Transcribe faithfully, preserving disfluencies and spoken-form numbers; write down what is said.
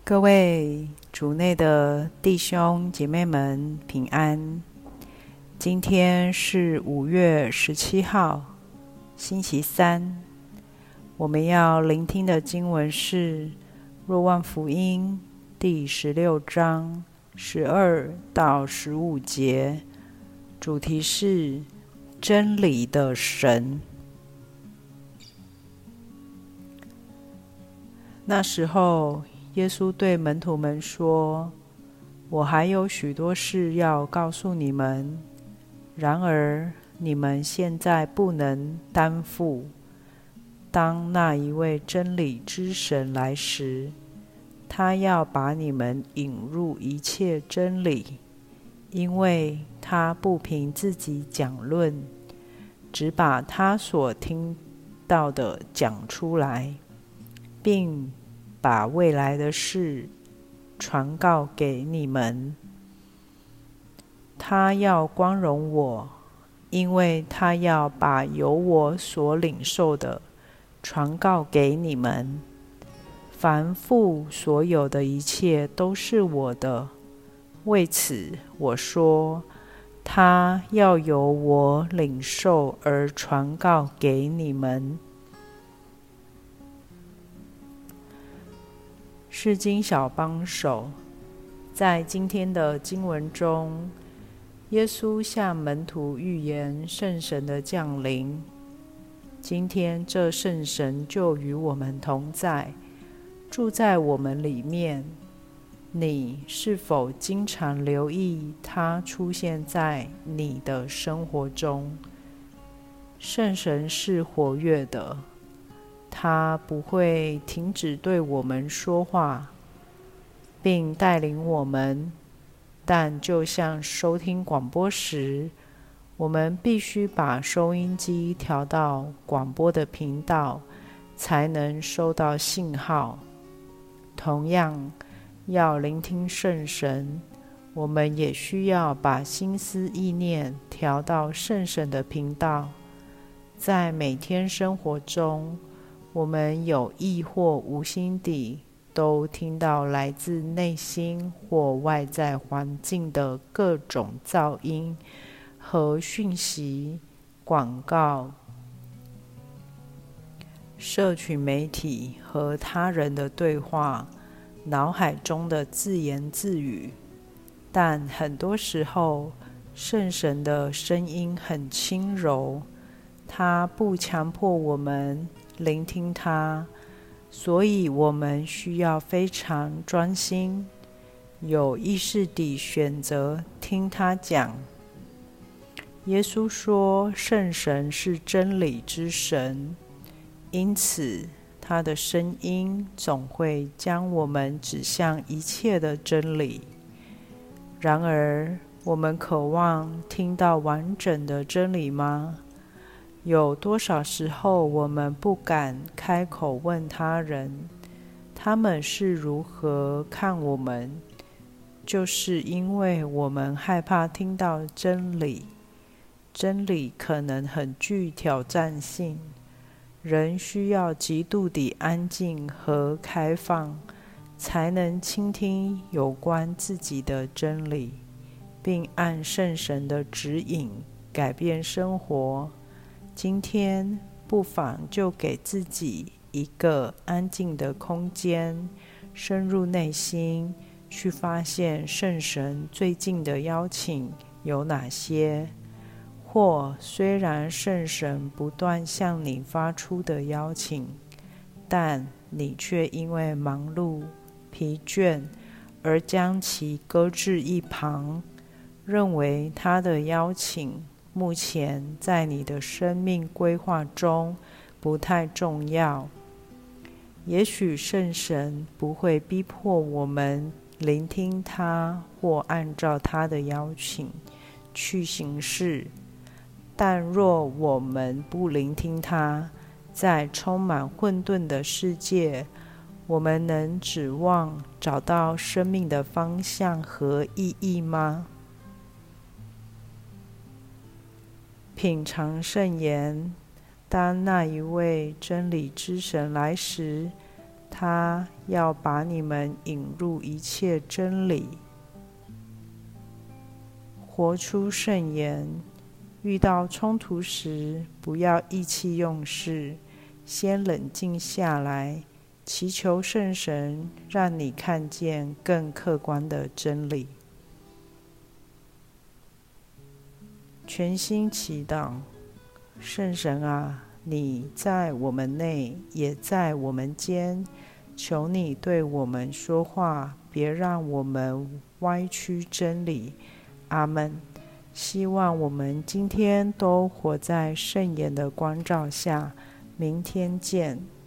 各位主内的弟兄姐妹们平安。今天是五月十七号，星期三。我们要聆听的经文是若望福音第十六章十二到十五节，主题是真理的神。那时候耶稣对门徒们说，我还有许多事要告诉你们，然而你们现在不能担负。当那一位真理之神来时，他要把你们引入一切真理，因为他不凭自己讲论，只把他所听到的讲出来，并把未来的事传告给你们。他要光荣我，因为他要把由我所领受的传告给你们。凡父所有的一切都是我的，为此我说，他要由我领受而传告给你们。释经小帮手，在今天的经文中，耶稣向门徒预言圣神的降临。今天这圣神就与我们同在，住在我们里面。你是否经常留意它出现在你的生活中？圣神是活跃的，他不会停止对我们说话，并带领我们，但就像收听广播时，我们必须把收音机调到广播的频道，才能收到信号。同样，要聆听圣神，我们也需要把心思意念调到圣神的频道。在每天生活中，我们有意或无心地都听到来自内心或外在环境的各种噪音和讯息、广告、社群媒体和他人的对话，脑海中的自言自语。但很多时候，圣神的声音很轻柔，他不强迫我们聆听他，所以我们需要非常专心，有意识地选择听他讲。耶稣说，圣神是真理之神，因此他的声音总会将我们指向一切的真理。然而，我们渴望听到完整的真理吗？有多少时候我们不敢开口问他人，他们是如何看我们，就是因为我们害怕听到真理。真理可能很具挑战性，人需要极度地安静和开放，才能倾听有关自己的真理，并按圣神的指引改变生活。今天不妨就给自己一个安静的空间，深入内心，去发现圣神最近的邀请有哪些，或虽然圣神不断向你发出的邀请，但你却因为忙碌、疲倦而将其搁置一旁，认为他的邀请目前在你的生命规划中不太重要。也许圣神不会逼迫我们聆听他或按照他的邀请去行事，但若我们不聆听他，在充满混沌的世界，我们能指望找到生命的方向和意义吗？品尝圣言，当那一位真理之神来时， 他要把你们引入一切真理，活出圣言。遇到冲突时，不要意气用事，先冷静下来，祈求圣神让你看见更客观的真理。全心祈祷，圣神啊，你在我们内，也在我们间，求你对我们说话，别让我们歪曲真理。阿们。希望我们今天都活在圣言的光照下，明天见。